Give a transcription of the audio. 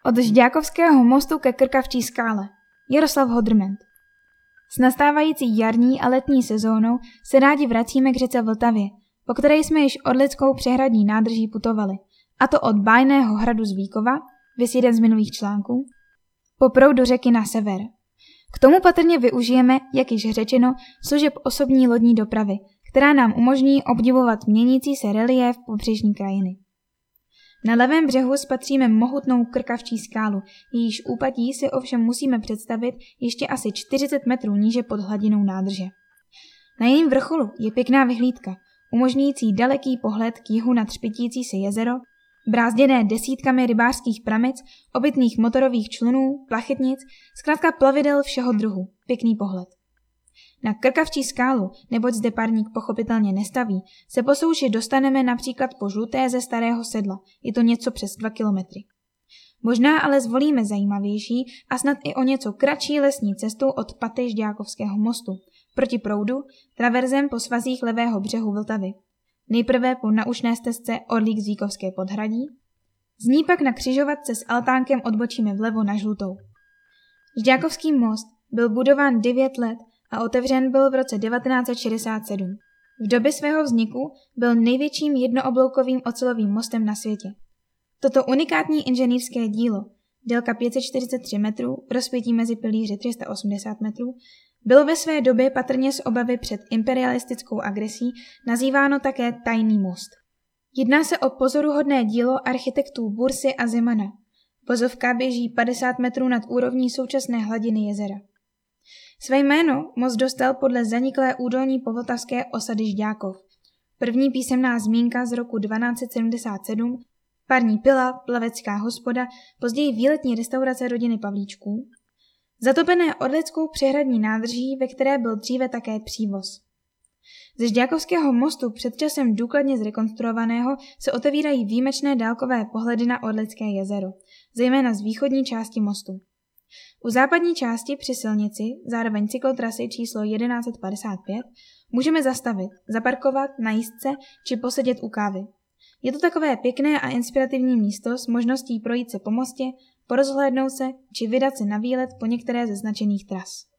Od Žďákovského mostu ke Krkavčí skále. Jaroslav Hodrment. S nastávající jarní a letní sezónou se rádi vracíme k řece Vltavě, po které jsme již Orlickou přehradní nádrží putovali, a to od bájného hradu Zvíkova, viz jeden z minulých článků, po proud do řeky na sever. K tomu patrně využijeme, jak již řečeno, služeb osobní lodní dopravy, která nám umožní obdivovat měnící se reliéf pobřežní krajiny. Na levém břehu spatříme mohutnou Krkavčí skálu, jejíž úpatí si ovšem musíme představit ještě asi 40 metrů níže pod hladinou nádrže. Na jejím vrcholu je pěkná vyhlídka, umožňující daleký pohled k jihu na třpitící se jezero, brázděné desítkami rybářských pramic, obytných motorových člunů, plachetnic, zkrátka plavidel všeho druhu. Pěkný pohled. Na Krkavčí skálu, neboť zde parník pochopitelně nestaví, se po souši dostaneme například po Žluté ze Starého Sedla, je to něco přes 2 kilometry. Možná ale zvolíme zajímavější a snad i o něco kratší lesní cestu od paty Žďákovského mostu, proti proudu, traverzem po svazích levého břehu Vltavy. Nejprve po naušné stezce Orlík-Zvíkovské podhradí, z ní pak na křižovatce s altánkem odbočíme vlevo na Žlutou. Žďákovský most byl budován 9 let a otevřen byl v roce 1967. V době svého vzniku byl největším jednoobloukovým ocelovým mostem na světě. Toto unikátní inženýrské dílo, délka 543 metrů, rozpětí mezi pilíři 380 metrů, bylo ve své době patrně z obavy před imperialistickou agresí nazýváno také tajný most. Jedná se o pozoruhodné dílo architektů Bursy a Zemana. Vozovka běží 50 metrů nad úrovní současné hladiny jezera. Své jméno most dostal podle zaniklé údolní povltavské osady Žďákov. První písemná zmínka z roku 1277, parní pila, plavecká hospoda, později výletní restaurace rodiny Pavlíčků, zatopené Orlickou přehradní nádrží, ve které byl dříve také přívoz. Ze Žďákovského mostu před časem důkladně zrekonstruovaného se otevírají výjimečné dálkové pohledy na Orlické jezero, zejména z východní části mostu. U západní části při silnici, zároveň cyklotrasy číslo 1155, můžeme zastavit, zaparkovat, najíst se či posedět u kávy. Je to takové pěkné a inspirativní místo s možností projít se po mostě, porozhlédnout se či vydat se na výlet po některé ze značených tras.